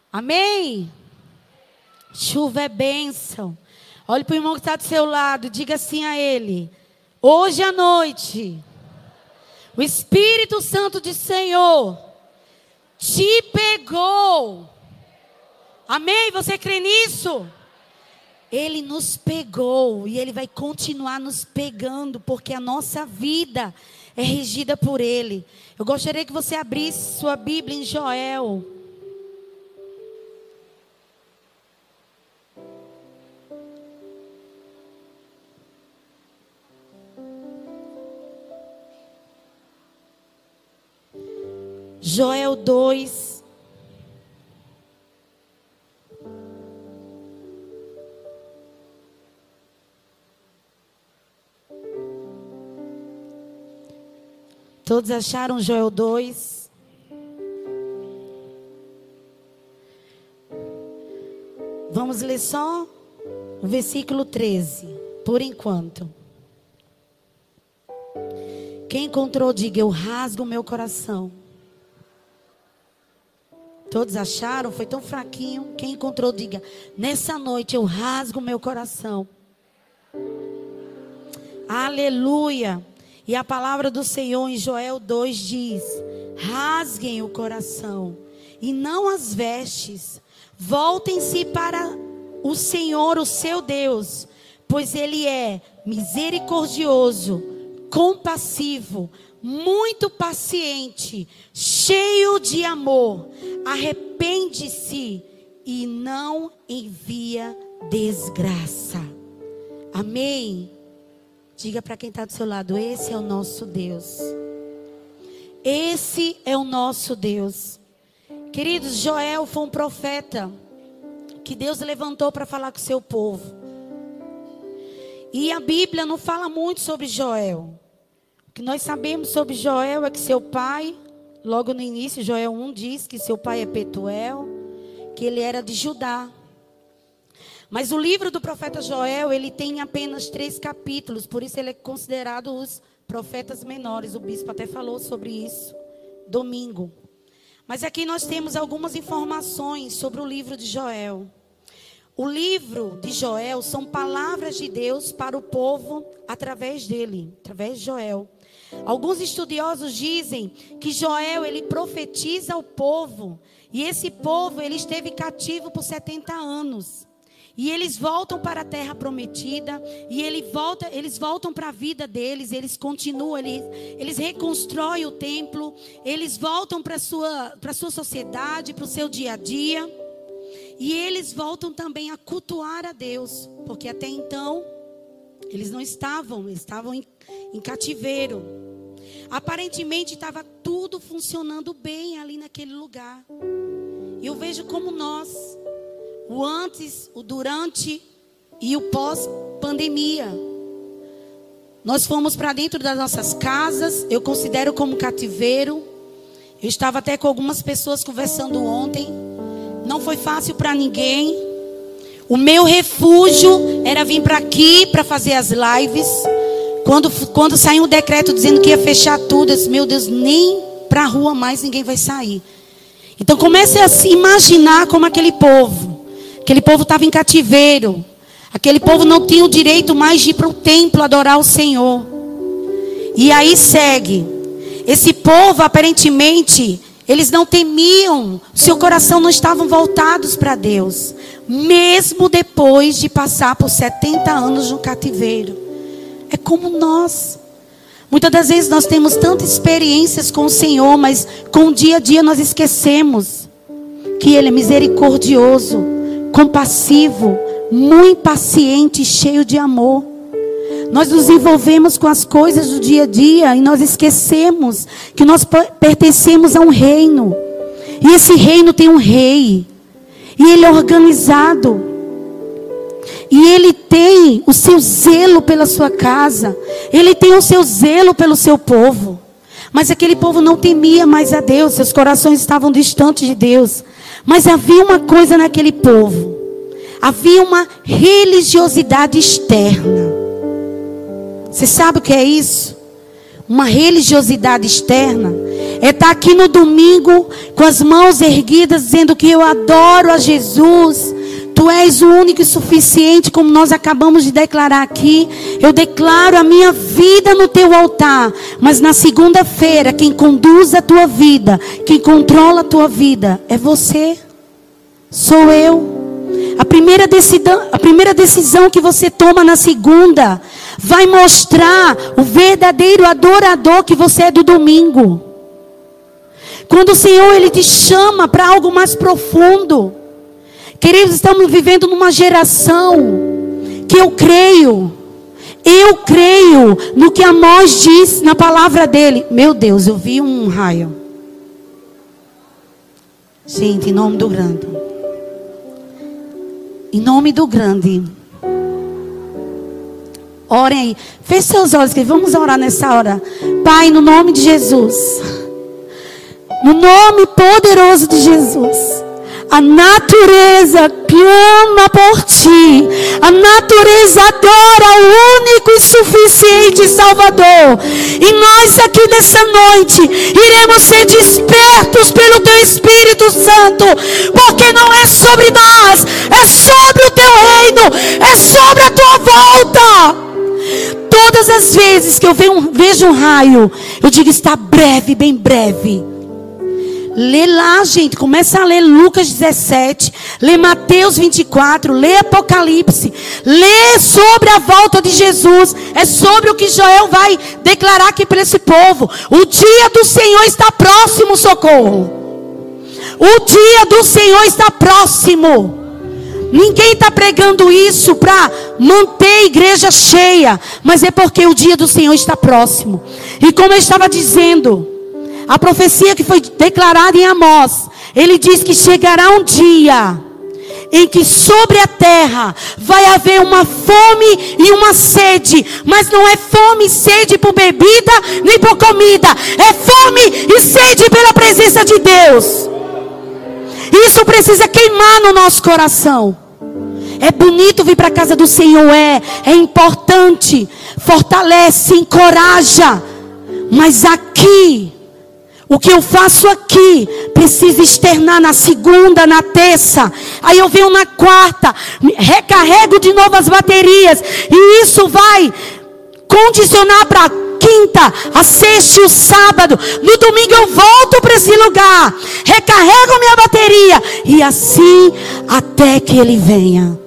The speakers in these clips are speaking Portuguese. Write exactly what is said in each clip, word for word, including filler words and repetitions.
Amém? Chuva é bênção. Olhe para o irmão que está do seu lado. Diga assim a ele: hoje à noite, o Espírito Santo de Senhor te pegou. Amém? Você crê nisso? Ele nos pegou e Ele vai continuar nos pegando, porque a nossa vida é regida por Ele. Eu gostaria que você abrisse sua Bíblia em Joel. Joel dois. Todos acharam Joel dois? Vamos ler só o versículo treze, por enquanto. Quem encontrou, diga: eu rasgo o meu coração. Todos acharam? Foi tão fraquinho. Quem encontrou, diga: nessa noite eu rasgo o meu coração. Aleluia. E a palavra do Senhor em Joel dois diz: rasguem o coração e não as vestes. Voltem-se para o Senhor, o seu Deus, pois Ele é misericordioso, compassivo, muito paciente, cheio de amor. Arrepende-se e não envia desgraça. Amém? Diga para quem está do seu lado: esse é o nosso Deus. Esse é o nosso Deus. Queridos, Joel foi um profeta que Deus levantou para falar com o seu povo. E a Bíblia não fala muito sobre Joel. O que nós sabemos sobre Joel é que seu pai, logo no início, Joel um diz que seu pai é Petuel, que ele era de Judá. Mas o livro do profeta Joel, ele tem apenas três capítulos, por isso ele é considerado os profetas menores. O bispo até falou sobre isso domingo. Mas aqui nós temos algumas informações sobre o livro de Joel. O livro de Joel são palavras de Deus para o povo através dele, através de Joel. Alguns estudiosos dizem que Joel, ele profetiza ao povo, e esse povo, ele esteve cativo por setenta anos. E eles voltam para a terra prometida. E ele volta, eles voltam para a vida deles. Eles continuam, eles, eles reconstroem o templo. Eles voltam para a sua, para a sua sociedade, para o seu dia a dia. E eles voltam também a cultuar a Deus. Porque até então, eles não estavam, eles estavam em, em cativeiro. Aparentemente estava tudo funcionando bem ali naquele lugar. E eu vejo como nós... o antes, o durante e o pós-pandemia. Nós fomos para dentro das nossas casas. Eu considero como cativeiro. Eu estava até com algumas pessoas conversando ontem. Não foi fácil para ninguém. O meu refúgio era vir para aqui para fazer as lives. Quando, quando saiu um decreto dizendo que ia fechar tudo, eu disse: meu Deus, nem para a rua mais ninguém vai sair. Então comece a se imaginar como aquele povo. Aquele povo estava em cativeiro. Aquele povo não tinha o direito mais de ir para o templo adorar o Senhor. E aí segue. Esse povo, aparentemente, eles não temiam. Seu coração não estavam voltados para Deus. Mesmo depois de passar por setenta anos no cativeiro. É como nós. Muitas das vezes nós temos tantas experiências com o Senhor, mas com o dia a dia nós esquecemos que Ele é misericordioso, compassivo, muito paciente e cheio de amor. Nós nos envolvemos com as coisas do dia a dia e nós esquecemos que nós pertencemos a um reino. E esse reino tem um rei. E ele é organizado. E ele tem o seu zelo pela sua casa. Ele tem o seu zelo pelo seu povo. Mas aquele povo não temia mais a Deus. Seus corações estavam distantes de Deus. Mas havia uma coisa naquele povo. Havia uma religiosidade externa. Você sabe o que é isso? Uma religiosidade externa é estar aqui no domingo com as mãos erguidas, dizendo que eu adoro a Jesus. Tu és o único e suficiente, como nós acabamos de declarar aqui. Eu declaro a minha vida no teu altar. Mas na segunda-feira, quem conduz a tua vida, quem controla a tua vida, é você. Sou eu. A primeira decisão, a primeira decisão que você toma na segunda vai mostrar o verdadeiro adorador que você é do domingo. Quando o Senhor ele te chama para algo mais profundo. Queridos, estamos vivendo numa geração que eu creio, eu creio no que Amós diz na palavra dele. Meu Deus, eu vi um raio. Gente, em nome do grande. Em nome do grande. Orem aí. Feche seus olhos, que vamos orar nessa hora. Pai, no nome de Jesus. No nome poderoso de Jesus. A natureza clama por ti. A natureza adora o único e suficiente Salvador. E nós aqui nessa noite iremos ser despertos pelo teu Espírito Santo. Porque não é sobre nós, é sobre o teu reino, é sobre a tua volta. Todas as vezes que eu vejo um raio, eu digo: está breve, bem breve. Lê lá, gente, começa a ler Lucas dezessete, lê Mateus vinte e quatro, lê Apocalipse, lê sobre a volta de Jesus. É sobre o que Joel vai declarar aqui para esse povo. O dia do Senhor está próximo, socorro. O dia do Senhor está próximo. Ninguém está pregando isso para manter a igreja cheia, mas é porque o dia do Senhor está próximo. E como eu estava dizendo, a profecia que foi declarada em Amós, ele diz que chegará um dia em que sobre a terra vai haver uma fome e uma sede. Mas não é fome e sede por bebida nem por comida, é fome e sede pela presença de Deus. Isso precisa queimar no nosso coração. É bonito vir para a casa do Senhor, é, é importante, fortalece, encoraja. Mas aqui, o que eu faço aqui precisa externar na segunda, na terça. Aí eu venho na quarta, recarrego de novo as baterias. E isso vai condicionar para a quinta, a sexta e o sábado. No domingo eu volto para esse lugar, recarrego minha bateria. E assim até que ele venha.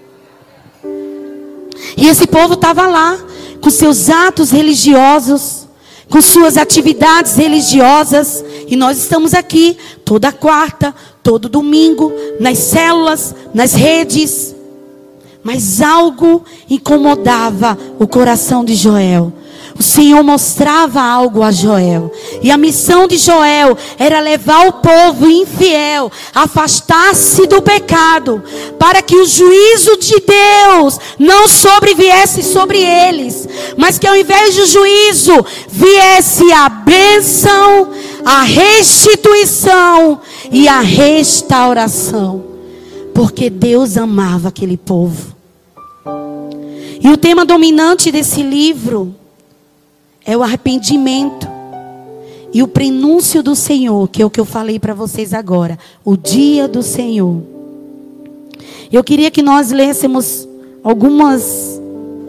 E esse povo estava lá, com seus atos religiosos, com suas atividades religiosas. E nós estamos aqui toda quarta, todo domingo, nas células, nas redes. Mas algo incomodava o coração de Joel. O Senhor mostrava algo a Joel. E a missão de Joel era levar o povo infiel a afastar-se do pecado, para que o juízo de Deus não sobreviesse sobre eles, mas que ao invés do juízo viesse a bênção, a restituição e a restauração. Porque Deus amava aquele povo. E o tema dominante desse livro é o arrependimento e o prenúncio do Senhor, que é o que eu falei para vocês agora. O dia do Senhor. Eu queria que nós lêssemos algumas...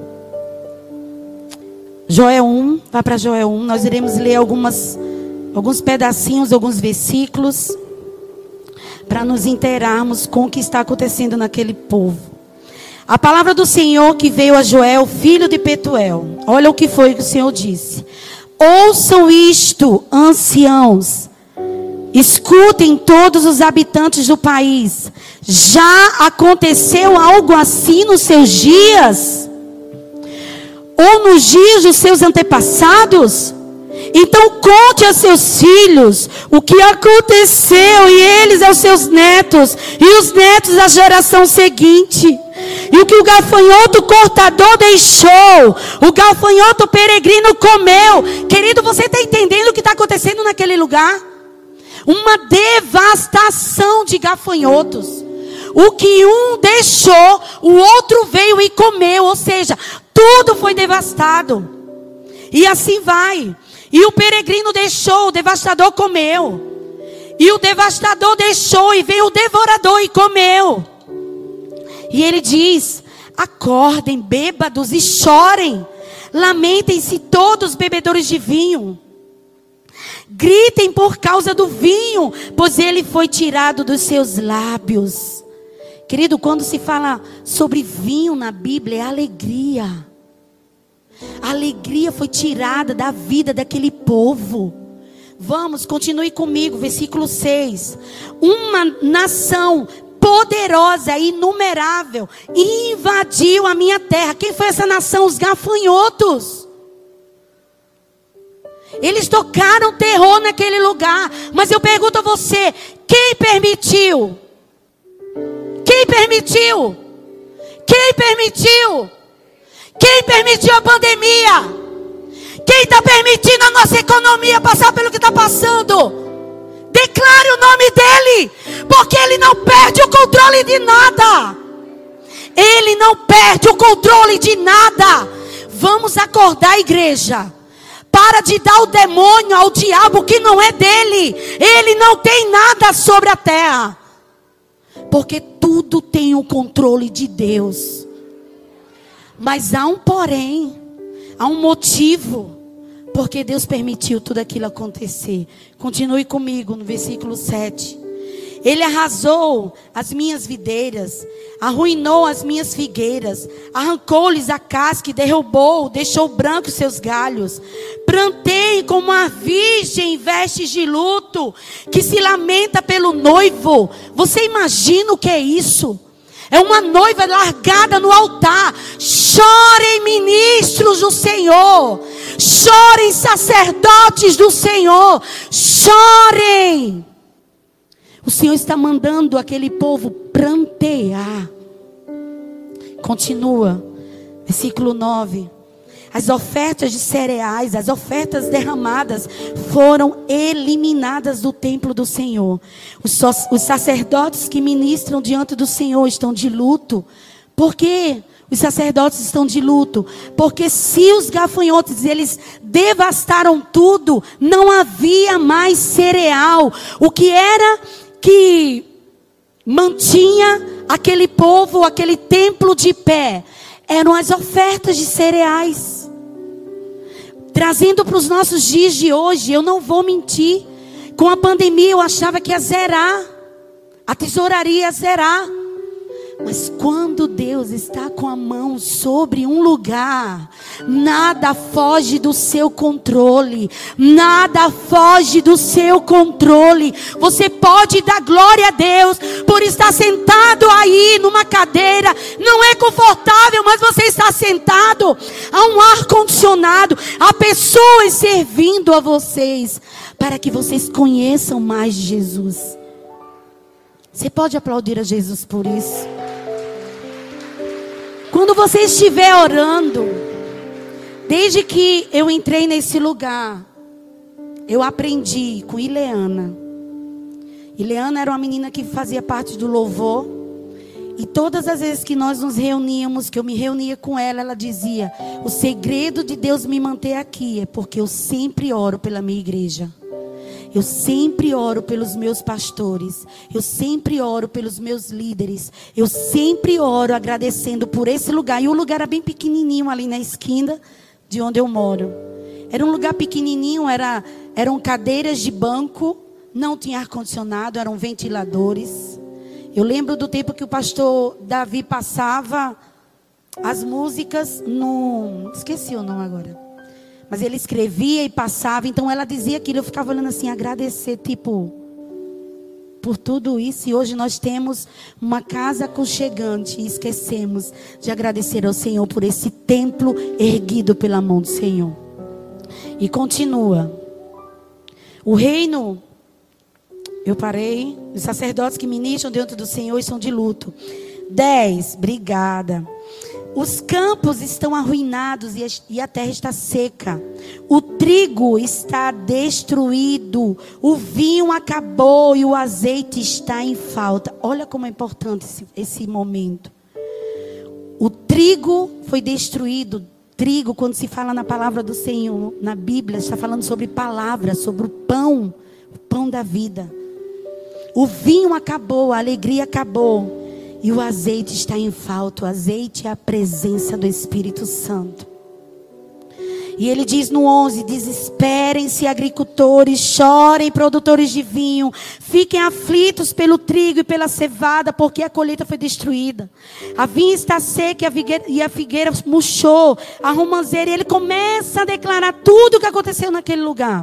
Joel um, vai para Joel um. Nós iremos ler algumas, alguns pedacinhos, alguns versículos, para nos inteirarmos com o que está acontecendo naquele povo. A palavra do Senhor que veio a Joel, filho de Petuel. Olha o que foi que o Senhor disse. Ouçam isto, anciãos. Escutem todos os habitantes do país. Já aconteceu algo assim nos seus dias? Ou nos dias dos seus antepassados? Então conte a seus filhos o que aconteceu, e eles aos seus netos, e os netos à geração seguinte. E o que o gafanhoto cortador deixou, o gafanhoto peregrino comeu. Querido, você está entendendo o que está acontecendo naquele lugar? Uma devastação de gafanhotos. O que um deixou, o outro veio e comeu. Ou seja, tudo foi devastado. E assim vai. E o peregrino deixou, o devastador comeu. E o devastador deixou, e veio o devorador e comeu. E ele diz: acordem, bêbados, e chorem. Lamentem-se todos bebedores de vinho. Gritem por causa do vinho, pois ele foi tirado dos seus lábios. Querido, quando se fala sobre vinho na Bíblia, é alegria. A alegria foi tirada da vida daquele povo. Vamos, continue comigo, versículo seis. Uma nação poderosa e inumerável invadiu a minha terra. Quem foi essa nação? Os gafanhotos. Eles tocaram terror naquele lugar. Mas eu pergunto a você: quem permitiu? Quem permitiu? Quem permitiu? Quem permitiu a pandemia? Quem está permitindo a nossa economia passar pelo que está passando? Declare o nome dele, porque ele não perde o controle de nada. Ele não perde o controle de nada. Vamos acordar, igreja. Para de dar o demônio ao diabo que não é dele. Ele não tem nada sobre a terra, porque tudo tem o controle de Deus. Mas há um porém, há um motivo, porque Deus permitiu tudo aquilo acontecer. Continue comigo no versículo sete. Ele arrasou as minhas videiras, arruinou as minhas figueiras, arrancou-lhes a casca e derrubou, deixou brancos seus galhos. Plantei como uma virgem em vestes de luto, que se lamenta pelo noivo. Você imagina o que é isso? É uma noiva largada no altar. Chorem, ministros do Senhor. Chorem, sacerdotes do Senhor. Chorem. O Senhor está mandando aquele povo prantear. Continua. Versículo nove. As ofertas de cereais, as ofertas derramadas foram eliminadas do templo do Senhor. Os, so, os sacerdotes que ministram diante do Senhor estão de luto. Por quê? Os sacerdotes estão de luto. Porque se os gafanhotos, eles devastaram tudo, não havia mais cereal. O que era que mantinha aquele povo, aquele templo de pé, eram as ofertas de cereais. Trazendo para os nossos dias de hoje, eu não vou mentir. Com a pandemia eu achava que ia zerar. A tesouraria ia zerar. Mas quando Deus está com a mão sobre um lugar, nada foge do seu controle. Nada foge do seu controle. Você pode dar glória a Deus por estar sentado aí numa cadeira. Não é confortável, mas você está sentado. Há um ar condicionado. Há pessoas servindo a vocês, para que vocês conheçam mais de Jesus. Você pode aplaudir a Jesus por isso? Quando você estiver orando, desde que eu entrei nesse lugar, eu aprendi com Ileana. Ileana era uma menina que fazia parte do louvor. E todas as vezes que nós nos reuníamos, que eu me reunia com ela, ela dizia: o segredo de Deus me manter aqui é porque eu sempre oro pela minha igreja. Eu sempre oro pelos meus pastores. Eu sempre oro pelos meus líderes. Eu sempre oro agradecendo por esse lugar. E o lugar era bem pequenininho ali na esquina de onde eu moro. Era um lugar pequenininho, era, eram cadeiras de banco. Não tinha ar-condicionado, eram ventiladores. Eu lembro do tempo que o pastor Davi passava as músicas no... Esqueci o nome agora. Mas ele escrevia e passava. Então ela dizia aquilo. Eu ficava olhando assim, agradecer, tipo, por tudo isso. E hoje nós temos uma casa aconchegante. E esquecemos de agradecer ao Senhor por esse templo erguido pela mão do Senhor. E continua. O reino... Eu parei. Os sacerdotes que ministram diante do Senhor estão de luto. dez. Obrigada. Os campos estão arruinados e a terra está seca. O trigo está destruído. O vinho acabou e o azeite está em falta. Olha como é importante esse, esse momento. O trigo foi destruído. trigo, quando se fala na palavra do Senhor, na Bíblia, está falando sobre palavras, sobre o pão, o pão da vida. O vinho acabou, a alegria acabou. E o azeite está em falta. O azeite é a presença do Espírito Santo. E ele diz no onze: desesperem-se agricultores, chorem produtores de vinho, fiquem aflitos pelo trigo e pela cevada, porque a colheita foi destruída. A vinha está seca e a figueira, e a figueira murchou, a romanceira. E ele começa a declarar tudo o que aconteceu naquele lugar.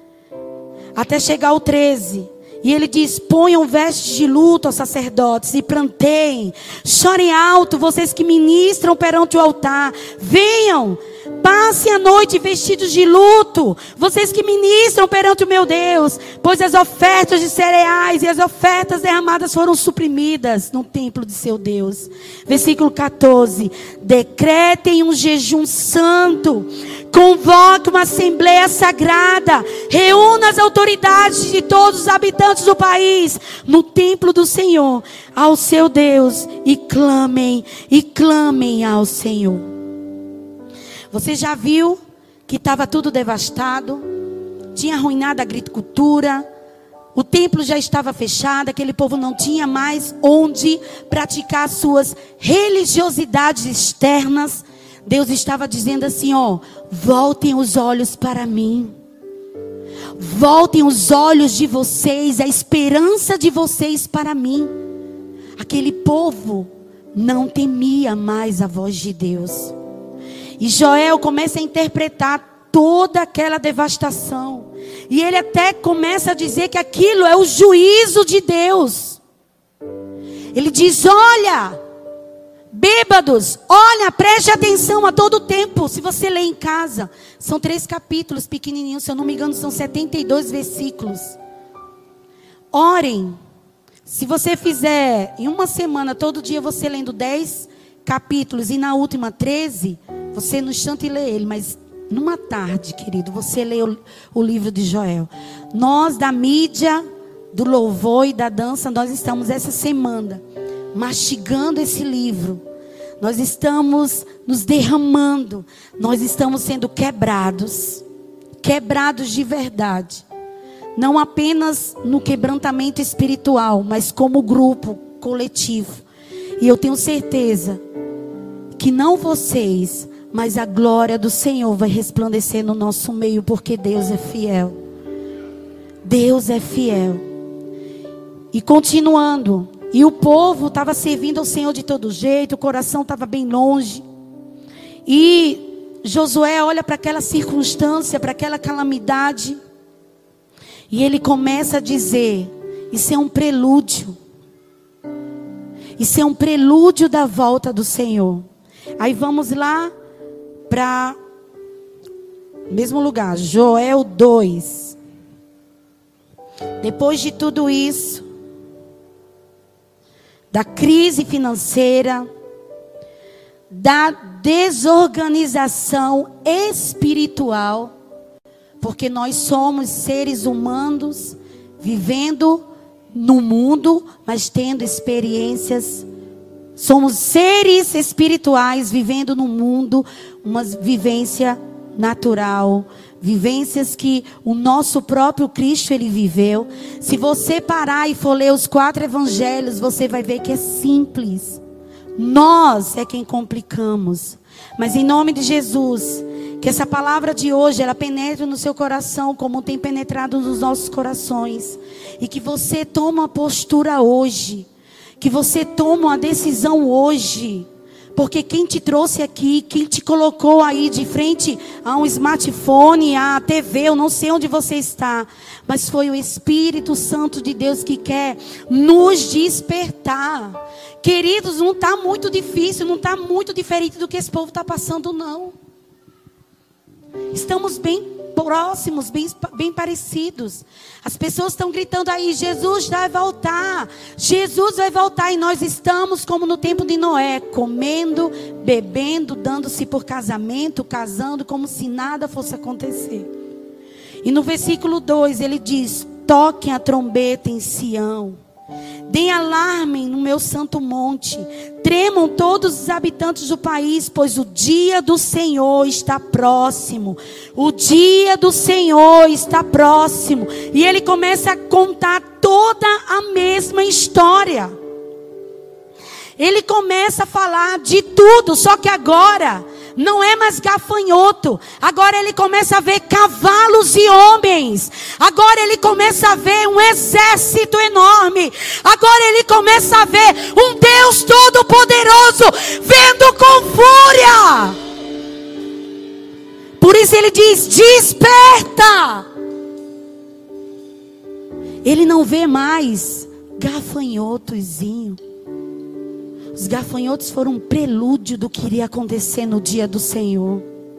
Até chegar ao treze. E ele diz: ponham vestes de luto aos sacerdotes e planteiem, chorem alto, vocês que ministram perante o altar. Venham, passem a noite vestidos de luto, vocês que ministram perante o meu Deus, pois as ofertas de cereais e as ofertas derramadas foram suprimidas no templo de seu Deus. Versículo quatorze: decretem um jejum santo, convoque uma assembleia sagrada, reúna as autoridades de todos os habitantes do país no templo do Senhor, ao seu Deus, e clamem, e clamem ao Senhor. Você já viu que estava tudo devastado, tinha arruinado a agricultura, o templo já estava fechado, aquele povo não tinha mais onde praticar suas religiosidades externas. Deus estava dizendo assim, ó, voltem os olhos para mim. Voltem os olhos de vocês, a esperança de vocês para mim. Aquele povo não temia mais a voz de Deus. E Joel começa a interpretar toda aquela devastação. E ele até começa a dizer que aquilo é o juízo de Deus. Ele diz, olha, bêbados, olha, preste atenção a todo tempo. Se você ler em casa, são três capítulos pequenininhos, se eu não me engano são setenta e dois versículos. Orem. Se você fizer em uma semana, todo dia você lendo dez capítulos e na última treze, você no instante lê ele, mas numa tarde, querido, você lê o, o livro de Joel. Nós da mídia, do louvor e da dança, nós estamos essa semana mastigando esse livro. Nós estamos nos derramando. Nós estamos sendo quebrados. Quebrados de verdade. Não apenas no quebrantamento espiritual, mas como grupo coletivo. E eu tenho certeza que não vocês, mas a glória do Senhor vai resplandecer no nosso meio, porque Deus é fiel. Deus é fiel. E continuando, e o povo estava servindo ao Senhor de todo jeito, o coração estava bem longe. E Josué olha para aquela circunstância, para aquela calamidade, e ele começa a dizer, isso é um prelúdio. Isso é um prelúdio da volta do Senhor. Aí vamos lá para o mesmo lugar, Joel dois. Depois de tudo isso, da crise financeira, da desorganização espiritual, porque nós somos seres humanos vivendo no mundo, mas tendo experiências. Somos seres espirituais vivendo no mundo uma vivência natural, vivências que o nosso próprio Cristo ele viveu. Se você parar e for ler os quatro evangelhos, você vai ver que é simples. Nós é quem complicamos. Mas em nome de Jesus, que essa palavra de hoje ela penetre no seu coração como tem penetrado nos nossos corações, e que você tome uma postura hoje, que você tome uma decisão hoje. Porque quem te trouxe aqui, quem te colocou aí de frente a um smartphone, a T V, eu não sei onde você está, mas foi o Espírito Santo de Deus que quer nos despertar. Queridos, não está muito difícil, não está muito diferente do que esse povo está passando, não. Estamos bem próximos, bem, bem parecidos. As pessoas estão gritando aí, Jesus vai voltar, Jesus vai voltar, e nós estamos como no tempo de Noé, comendo, bebendo, dando-se por casamento, casando, como se nada fosse acontecer. E no versículo dois ele diz, toquem a trombeta em Sião, deem alarme no meu santo monte, Tremam todos os habitantes do país, pois o dia do Senhor está próximo. O dia do Senhor está próximo. E ele começa a contar toda a mesma história. Ele começa a falar de tudo, só que agora não é mais gafanhoto. Agora ele começa a ver cavalos e homens. Agora ele começa a ver um exército enorme. Agora ele começa a ver um Deus todo-poderoso vendo com fúria. Por isso ele diz: desperta. Ele não vê mais gafanhotozinho. Os gafanhotos foram um prelúdio do que iria acontecer no dia do Senhor.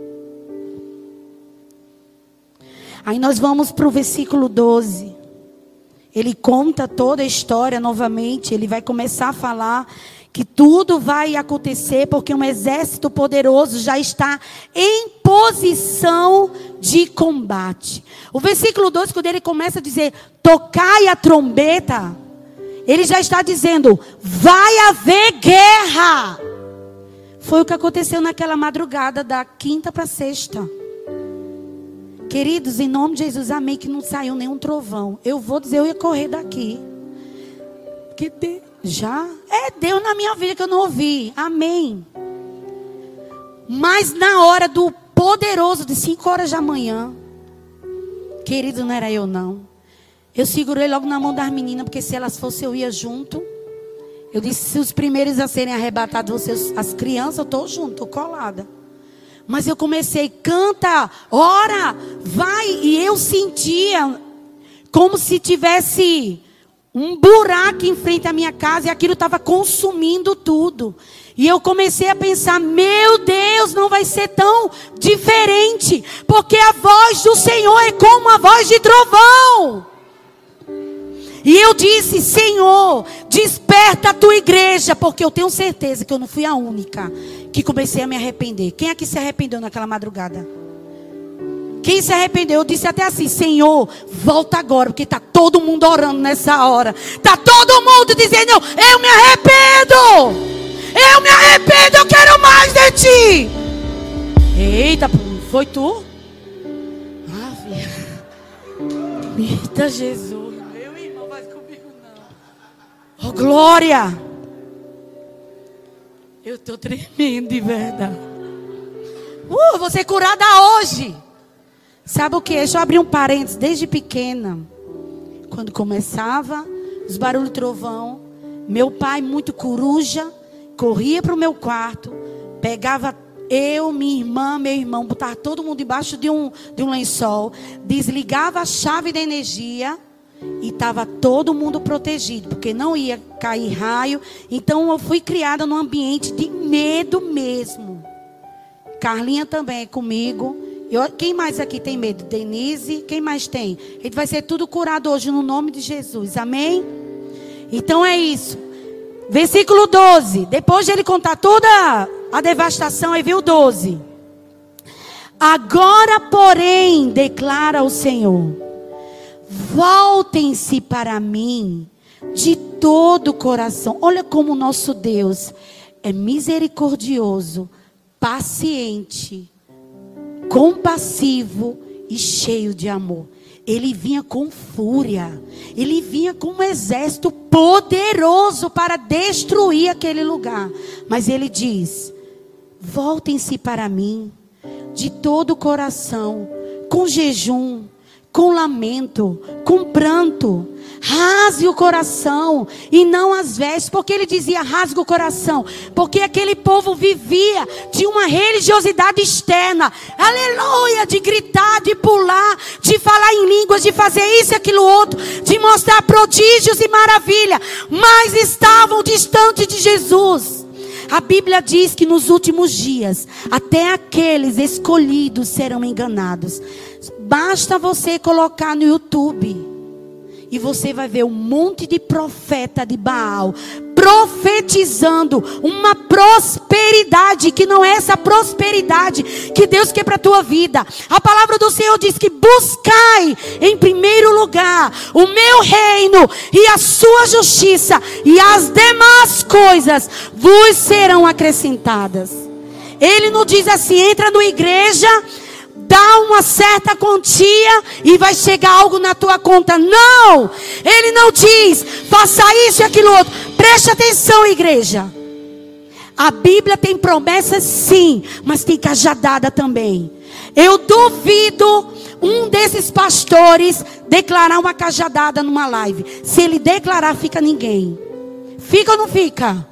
Aí nós vamos para o versículo doze. Ele conta toda a história novamente. Ele vai começar a falar que tudo vai acontecer porque um exército poderoso já está em posição de combate. O versículo doze, quando ele começa a dizer: tocai a trombeta, ele já está dizendo: vai haver guerra. Foi o que aconteceu naquela madrugada da quinta para sexta. Queridos, em nome de Jesus, amém, que não saiu nenhum trovão. Eu vou dizer, eu ia correr daqui. Que Deus, já é Deus na minha vida que eu não ouvi. Amém. Mas na hora do poderoso de cinco horas da manhã, querido, não era eu não. Eu segurei logo na mão das meninas, porque se elas fossem eu ia junto. Eu disse: se os primeiros a serem arrebatados vocês, as crianças, eu estou junto, estou colada. Mas eu comecei: canta, ora, vai. E eu sentia como se tivesse um buraco em frente à minha casa e aquilo estava consumindo tudo. E eu comecei a pensar: meu Deus, não vai ser tão diferente, porque a voz do Senhor é como a voz de trovão. E eu disse: Senhor, desperta a tua igreja, porque eu tenho certeza que eu não fui a única que comecei a me arrepender. Quem aqui se arrependeu naquela madrugada? Quem se arrependeu? Eu disse até assim: Senhor, volta agora, porque está todo mundo orando nessa hora. Está todo mundo dizendo: eu me arrependo, eu me arrependo, eu quero mais de ti. Eita, foi tu? Ah, eita, Jesus. Oh, glória! Eu estou tremendo de verdade. Uh, vou ser curada hoje. Sabe o que? Deixa eu abrir um parênteses. Desde pequena, quando começava os barulhos de trovão, meu pai, muito coruja, corria para o meu quarto, pegava eu, minha irmã, meu irmão, botava todo mundo debaixo de um, de um lençol, desligava a chave da energia. E estava todo mundo protegido, porque não ia cair raio. Então eu fui criada num ambiente de medo mesmo. Carlinha também é comigo. Eu, quem mais aqui tem medo? Denise, quem mais tem? A gente vai ser tudo curado hoje no nome de Jesus, amém? Então é isso. Versículo doze. Depois de ele contar toda a devastação, aí viu o doze. Agora, porém, declara o Senhor: voltem-se para mim de todo o coração. Olha como o nosso Deus é misericordioso, paciente, compassivo e cheio de amor. Ele vinha com fúria. Ele vinha com um exército poderoso para destruir aquele lugar. Mas ele diz: voltem-se para mim de todo o coração, com jejum, com lamento, com pranto. Rasgue o coração e não as vestes. Porque ele dizia: rasgue o coração, porque aquele povo vivia de uma religiosidade externa. Aleluia, de gritar, de pular, de falar em línguas, de fazer isso e aquilo outro, de mostrar prodígios e maravilha, mas estavam distantes de Jesus. A Bíblia diz que nos últimos dias até aqueles escolhidos serão enganados. Basta você colocar no YouTube e você vai ver um monte de profeta de Baal profetizando uma prosperidade, que não é essa prosperidade que Deus quer para a tua vida. A palavra do Senhor diz que buscai em primeiro lugar o meu reino e a sua justiça, e as demais coisas vos serão acrescentadas. Ele não diz assim: entra na igreja, dá uma certa quantia e vai chegar algo na tua conta. Não, ele não diz faça isso e aquilo outro. Preste atenção, igreja. A Bíblia tem promessas sim, mas tem cajadada também. Eu duvido um desses pastores declarar uma cajadada numa live. Se ele declarar, fica ninguém. Fica ou não fica?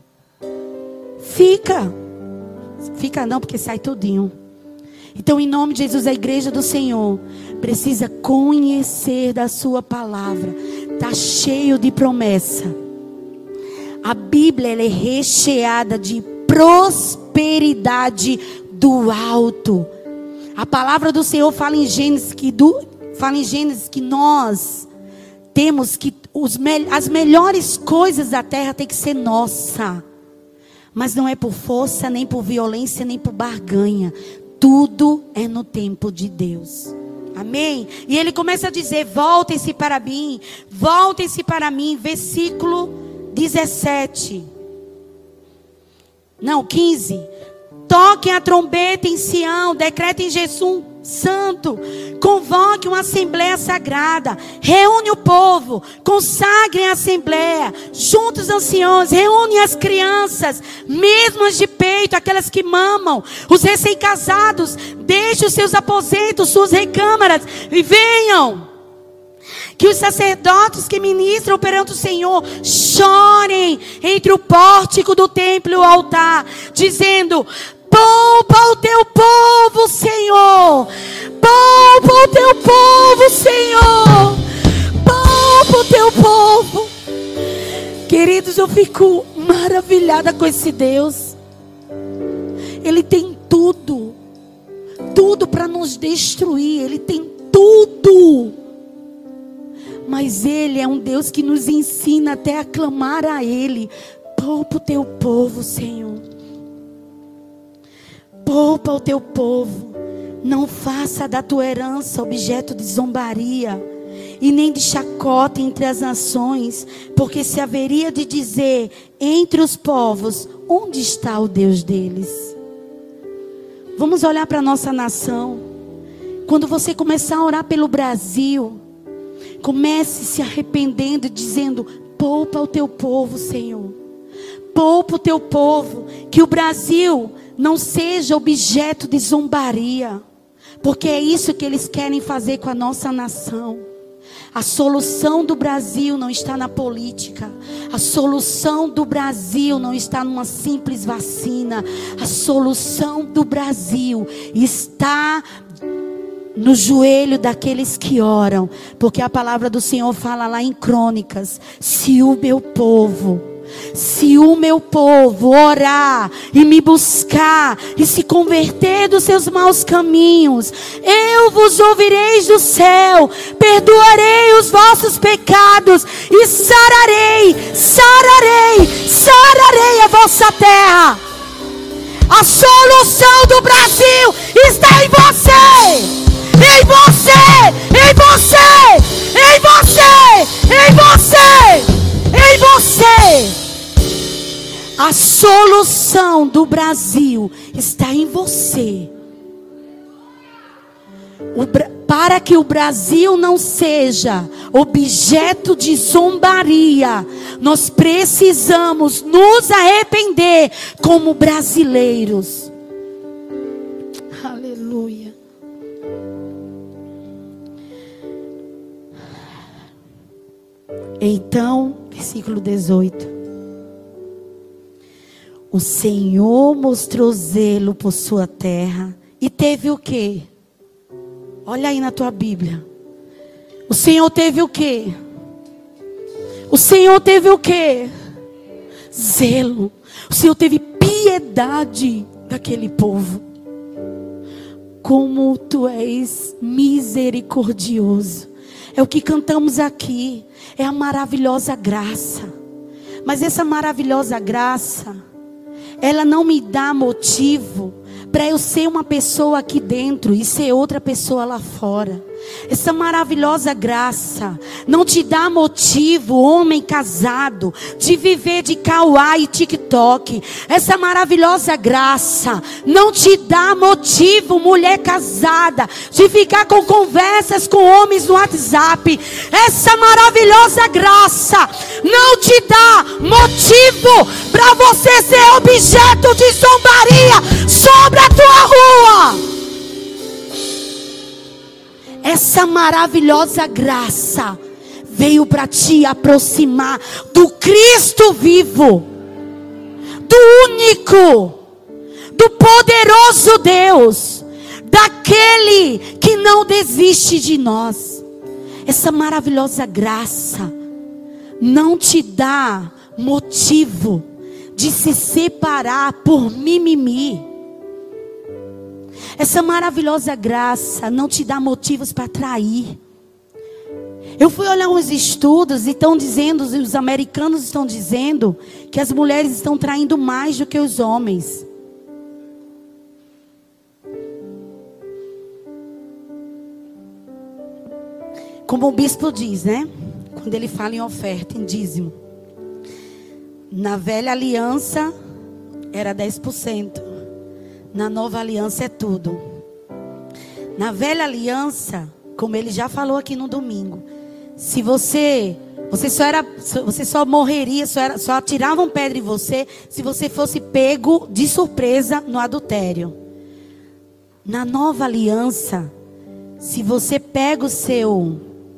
Fica. Fica não, porque sai tudinho. Então, em nome de Jesus, a igreja do Senhor precisa conhecer da sua palavra. Está cheio de promessa. A Bíblia ela é recheada de prosperidade do alto. A palavra do Senhor fala em Gênesis que, do, fala em Gênesis que nós temos que os, as melhores coisas da terra tem que ser nossa. Mas não é por força, nem por violência, nem por barganha. Tudo é no tempo de Deus. Amém? E ele começa a dizer: voltem-se para mim, voltem-se para mim. Versículo dezessete. Não, quinze. Toquem a trombeta em Sião, decretem jejum santo, convoque uma assembleia sagrada, reúne o povo, consagrem a assembleia, junte os anciãos, reúne as crianças, mesmo as de peito, aquelas que mamam, os recém-casados, deixem os seus aposentos, suas recâmaras, e venham. Que os sacerdotes que ministram perante o Senhor chorem entre o pórtico do templo e o altar, dizendo: poupa o teu povo, Senhor. Poupa o teu povo, Senhor. Poupa o teu povo. Queridos, eu fico maravilhada com esse Deus. Ele tem tudo. Tudo para nos destruir. Ele tem tudo. Mas Ele é um Deus que nos ensina até a clamar a Ele. Poupa o teu povo, Senhor. Poupa o teu povo. Não faça da tua herança objeto de zombaria e nem de chacota entre as nações, porque se haveria de dizer entre os povos: onde está o Deus deles? Vamos olhar para a nossa nação. Quando você começar a orar pelo Brasil, comece se arrependendo e dizendo: poupa o teu povo, Senhor. Poupa o teu povo. Que o Brasil não seja objeto de zombaria, porque é isso que eles querem fazer com a nossa nação. A solução do Brasil não está na política. A solução do Brasil não está numa simples vacina. A solução do Brasil está no joelho daqueles que oram, porque a palavra do Senhor fala lá em Crônicas: se o meu povo, se o meu povo orar e me buscar e se converter dos seus maus caminhos, eu vos ouvirei do céu, perdoarei os vossos pecados e sararei, sararei, sararei a vossa terra. A solução do Brasil está em você. Em você, em você, em você, em você, em você. A solução do Brasil está em você. O, para que o Brasil não seja objeto de zombaria, nós precisamos nos arrepender como brasileiros. Aleluia. Então, versículo dezoito. O Senhor mostrou zelo por sua terra e teve o quê? Olha aí na tua Bíblia. O Senhor teve o quê? O Senhor teve o quê? Zelo. O Senhor teve piedade daquele povo. Como tu és misericordioso. É o que cantamos aqui. É a maravilhosa graça. Mas essa maravilhosa graça, ela não me dá motivo para eu ser uma pessoa aqui dentro e ser outra pessoa lá fora. Essa maravilhosa graça não te dá motivo, homem casado, de viver de Kauá e TikTok. Essa maravilhosa graça não te dá motivo, mulher casada, de ficar com conversas com homens no WhatsApp. Essa maravilhosa graça não te dá motivo para você ser objeto de zombaria sobre a tua rua. Essa maravilhosa graça veio para te aproximar do Cristo vivo, do único, do poderoso Deus, daquele que não desiste de nós. Essa maravilhosa graça não te dá motivo de se separar por mimimi. Essa maravilhosa graça não te dá motivos para trair. Eu fui olhar uns estudos e estão dizendo, os americanos estão dizendo, que as mulheres estão traindo mais do que os homens. Como o bispo diz, né? Quando ele fala em oferta, em dízimo. Na velha aliança era dez por cento. Na nova aliança é tudo. Na velha aliança, como ele já falou aqui no domingo, se você, você só era, você só morreria, só, era, só atiravam pedra em você se você fosse pego de surpresa no adultério. Na nova aliança, se você pega o seu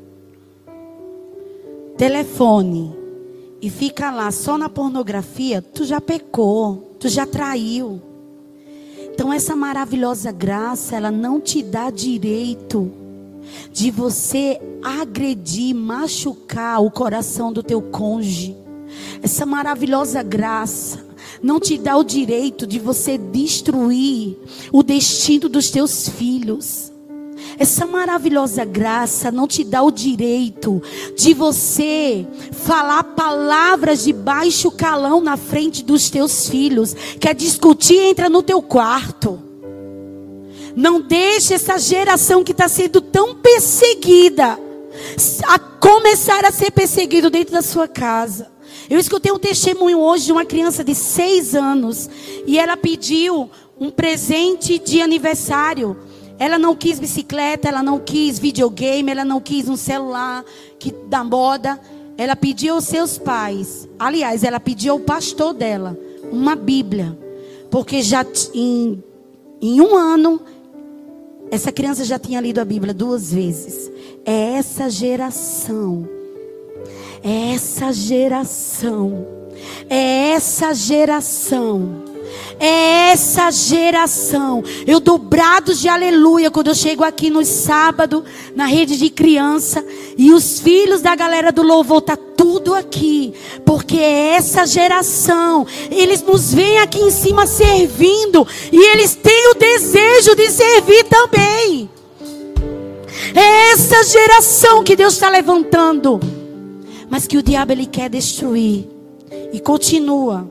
telefone e fica lá só na pornografia, tu já pecou, tu já traiu. Então essa maravilhosa graça, ela não te dá direito de você agredir, machucar o coração do teu cônjuge. Essa maravilhosa graça não te dá o direito de você destruir o destino dos teus filhos. Essa maravilhosa graça não te dá o direito de você falar palavras de baixo calão na frente dos teus filhos. Quer discutir, entra no teu quarto. Não deixe essa geração que está sendo tão perseguida a começar a ser perseguido dentro da sua casa. Eu escutei um testemunho hoje de uma criança de seis anos e ela pediu um presente de aniversário. Ela não quis bicicleta, ela não quis videogame, ela não quis um celular que da moda. Ela pediu aos seus pais, aliás, ela pediu ao pastor dela uma Bíblia, porque já em, em um ano essa criança já tinha lido a Bíblia duas vezes. É essa geração, é essa geração, é essa geração. É essa geração. Eu dou brados de aleluia quando eu chego aqui no sábado, na rede de criança, e os filhos da galera do louvor tá tudo aqui, porque é essa geração. Eles nos veem aqui em cima servindo, e eles têm o desejo de servir também. É essa geração que Deus está levantando, mas que o diabo ele quer destruir. E continua.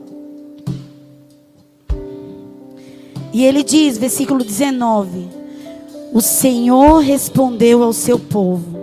E ele diz, versículo dezenove: o Senhor respondeu ao seu povo.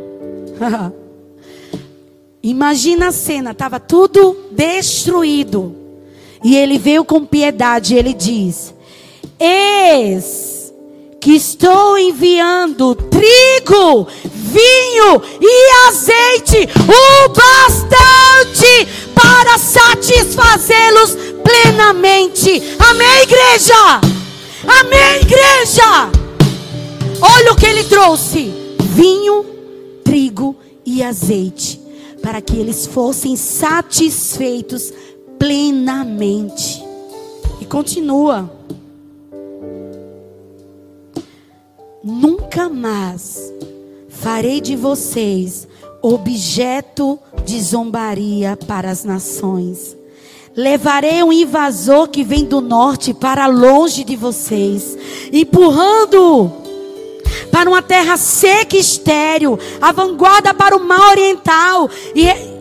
Imagina a cena, estava tudo destruído. E ele veio com piedade, ele diz: eis que estou enviando trigo, vinho e azeite, o bastante para satisfazê-los plenamente. Amém, igreja? Amém, igreja? Olha o que ele trouxe: vinho, trigo e azeite, para que eles fossem satisfeitos plenamente. E continua: nunca mais farei de vocês objeto de zombaria para as nações. Levarei um invasor que vem do norte para longe de vocês, empurrando-o para uma terra seca e estéril, a vanguarda para o mar oriental, e,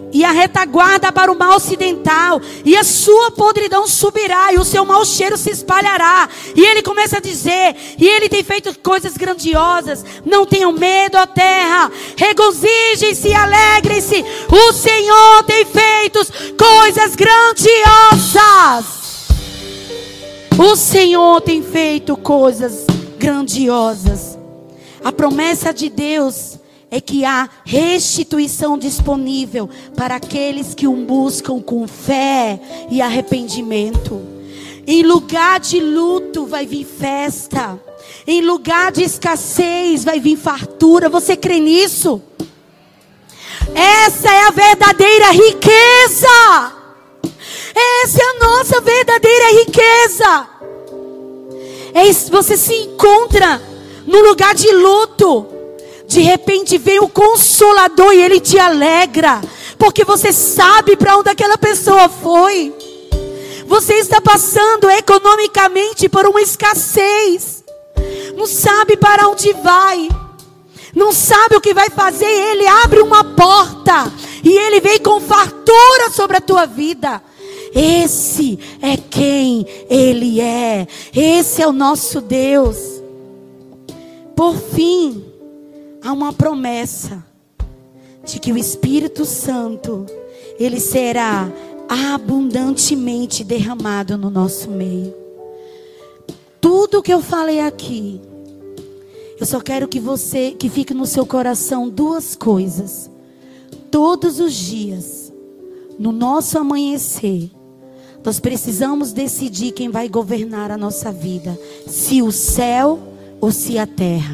e a retaguarda para o mal ocidental, e a sua podridão subirá, e o seu mau cheiro se espalhará. E ele começa a dizer, e ele tem feito coisas grandiosas. Não tenham medo, ó terra, regozijem-se e alegrem-se, o Senhor tem feito coisas grandiosas. O Senhor tem feito coisas grandiosas. A promessa de Deus é que há restituição disponível para aqueles que o buscam com fé e arrependimento. Em lugar de luto vai vir festa. Em lugar de escassez vai vir fartura. Você crê nisso? Essa é a verdadeira riqueza. Essa é a nossa verdadeira riqueza. É, você se encontra no lugar de luto. De repente vem o Consolador e ele te alegra, porque você sabe para onde aquela pessoa foi. Você está passando economicamente por uma escassez, não sabe para onde vai, não sabe o que vai fazer. Ele abre uma porta e ele vem com fartura sobre a tua vida. Esse é quem ele é. Esse é o nosso Deus. Por fim, há uma promessa de que o Espírito Santo, ele será abundantemente derramado no nosso meio. Tudo que eu falei aqui, eu só quero que você, que fique no seu coração duas coisas. Todos os dias, no nosso amanhecer, nós precisamos decidir quem vai governar a nossa vida. Se o céu ou se a terra.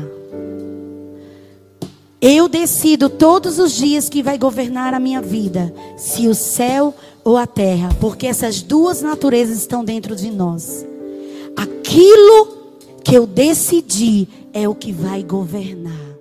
Eu decido todos os dias que vai governar a minha vida. Se o céu ou a terra. Porque essas duas naturezas estão dentro de nós. Aquilo que eu decidi é o que vai governar.